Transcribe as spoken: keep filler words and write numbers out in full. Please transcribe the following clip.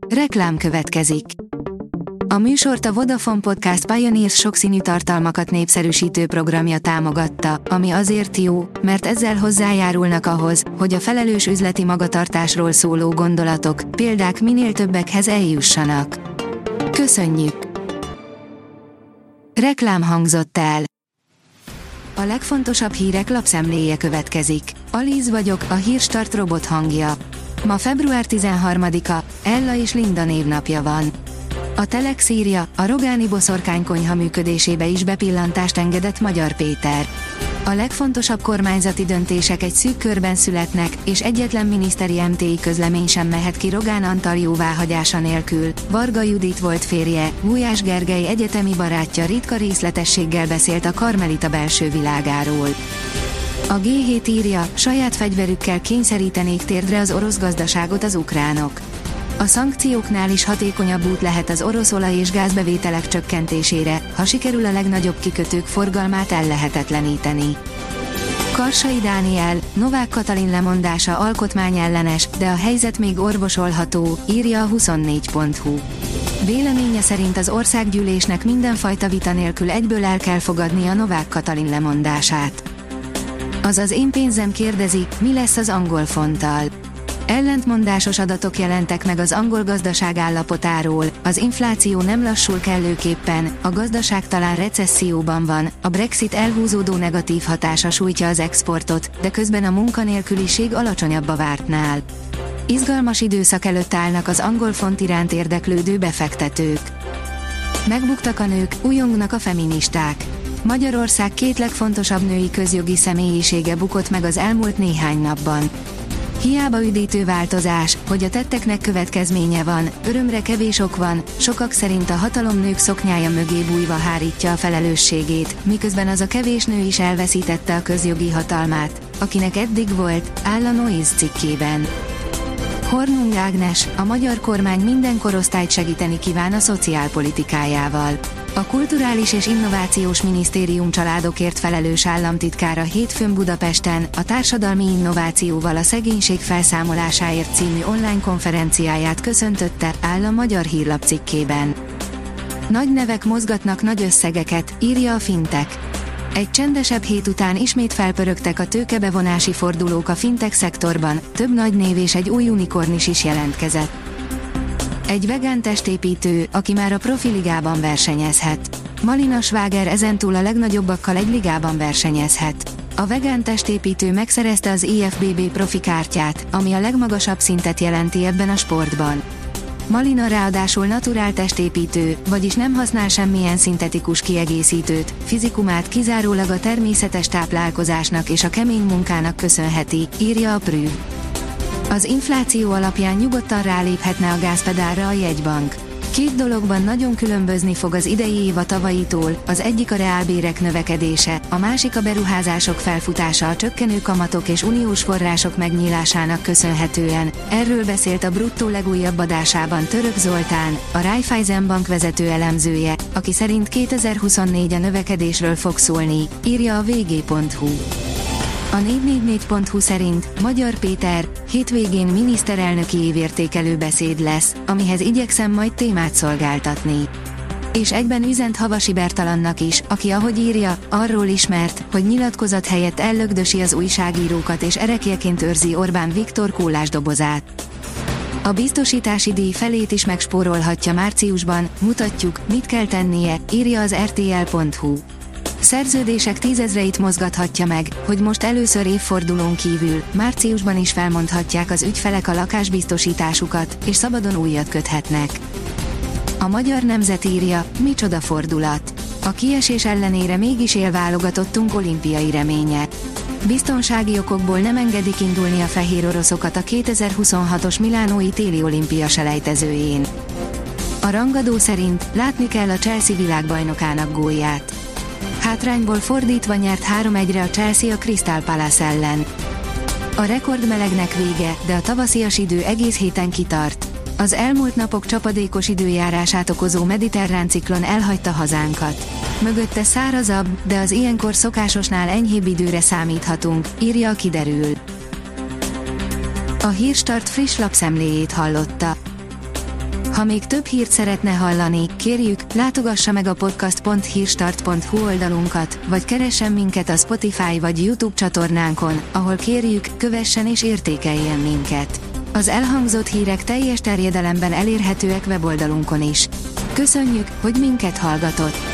Reklám következik. A műsort a Vodafone Podcast Pioneers sokszínű tartalmakat népszerűsítő programja támogatta, ami azért jó, mert ezzel hozzájárulnak ahhoz, hogy a felelős üzleti magatartásról szóló gondolatok, példák minél többekhez eljussanak. Köszönjük! Reklám hangzott el. A legfontosabb hírek lapszemléje következik. Alíz vagyok, a Hírstart robot hangja. Ma február tizenharmadika, Ella és Linda névnapja van. A Telex írja, a rogáni boszorkánykonyha működésébe is bepillantást engedett Magyar Péter. A legfontosabb kormányzati döntések egy szűk körben születnek, és egyetlen miniszteri em té i közlemény sem mehet ki Rogán Antal jóváhagyása nélkül. Varga Judit volt férje, Gulyás Gergely egyetemi barátja ritka részletességgel beszélt a karmelita belső világáról. A gé hét írja, saját fegyverükkel kényszerítenék térdre az orosz gazdaságot az ukránok. A szankcióknál is hatékonyabb út lehet az orosz olaj- és gázbevételek csökkentésére, ha sikerül a legnagyobb kikötők forgalmát ellehetetleníteni. Karsai Dániel, Novák Katalin lemondása alkotmányellenes, de a helyzet még orvosolható, írja a huszonnégy pont hu. Véleménye szerint az országgyűlésnek mindenfajta vita nélkül egyből el kell fogadni a Novák Katalin lemondását. Azaz én pénzem kérdezi, mi lesz az angol fonttal. Ellentmondásos adatok jelentek meg az angol gazdaság állapotáról, az infláció nem lassul kellőképpen, a gazdaság talán recesszióban van, a Brexit elhúzódó negatív hatása sújtja az exportot, de közben a munkanélküliség alacsonyabb a vártnál. Izgalmas időszak előtt állnak az angol font iránt érdeklődő befektetők. Megbuktak a nők, újongnak a feministák. Magyarország két legfontosabb női közjogi személyisége bukott meg az elmúlt néhány napban. Hiába üdítő változás, hogy a tetteknek következménye van, örömre kevés ok van, sokak szerint a hatalom nők szoknyája mögé bújva hárítja a felelősségét, miközben az a kevés nő is elveszítette a közjogi hatalmát, akinek eddig volt, áll a Noise cikkében. Hornung Ágnes, a magyar kormány minden korosztályt segíteni kíván a szociálpolitikájával. A Kulturális és Innovációs Minisztérium családokért felelős államtitkára hétfőn Budapesten a Társadalmi Innovációval a szegénység felszámolásáért című online konferenciáját köszöntötte, áll a Magyar Hírlap cikkében. Nagy nevek mozgatnak nagy összegeket, írja a Fintech. Egy csendesebb hét után ismét felpörögtek a tőkebevonási fordulók a fintech szektorban, több nagy név és egy új unikornis is jelentkezett. Egy vegán testépítő, aki már a profi ligában versenyezhet. Malina Schwager ezentúl a legnagyobbakkal egy ligában versenyezhet. A vegán testépítő megszerezte az i ef bé bé profi kártyát, ami a legmagasabb szintet jelenti ebben a sportban. Malina ráadásul naturál testépítő, vagyis nem használ semmilyen szintetikus kiegészítőt, fizikumát kizárólag a természetes táplálkozásnak és a kemény munkának köszönheti, írja a Prü. Az infláció alapján nyugodtan ráléphetne a gázpedálra a jegybank. Két dologban nagyon különbözni fog az idei év a tavalyitól, az egyik a reálbérek növekedése, a másik a beruházások felfutása a csökkenő kamatok és uniós források megnyílásának köszönhetően. Erről beszélt a Bruttó legújabb adásában Török Zoltán, a Raiffeisen Bank vezető elemzője, aki szerint kétezer-huszonnégy a növekedésről fog szólni, írja a vé gé pont hu. A négy négy négy pont hu szerint Magyar Péter hétvégén miniszterelnöki évértékelő beszéd lesz, amihez igyekszem majd témát szolgáltatni. És egyben üzent Havasi Bertalannak is, aki ahogy írja, arról ismert, hogy nyilatkozat helyett ellögdösi az újságírókat és erekjeként őrzi Orbán Viktor kólás dobozát. A biztosítási díj felét is megspórolhatja márciusban, mutatjuk, mit kell tennie, írja az er té el pont hu. Szerződések tízezreit mozgathatja meg, hogy most először évfordulón kívül, márciusban is felmondhatják az ügyfelek a lakásbiztosításukat, és szabadon újat köthetnek. A Magyar Nemzet írja, micsoda fordulat. A kiesés ellenére mégis él válogatottunk olimpiai reménye. Biztonsági okokból nem engedik indulni a fehér oroszokat a kétezer-huszonhatos milánói téli olimpia selejtezőjén. A rangadó szerint látni kell a Chelsea világbajnokának gólját. Hátrányból fordítva nyert három egyre a Chelsea a Crystal Palace ellen. A rekordmelegnek vége, de a tavaszias idő egész héten kitart. Az elmúlt napok csapadékos időjárását okozó mediterrán ciklon elhagyta hazánkat. Mögötte szárazabb, de az ilyenkor szokásosnál enyhébb időre számíthatunk, írja a Kiderül. A Hírstart friss lapszemléjét hallotta. Ha még több hírt szeretne hallani, kérjük, látogassa meg a podcast pont hírstart pont hu oldalunkat, vagy keressen minket a Spotify vagy YouTube csatornánkon, ahol kérjük, kövessen és értékeljen minket. Az elhangzott hírek teljes terjedelemben elérhetőek weboldalunkon is. Köszönjük, hogy minket hallgatott!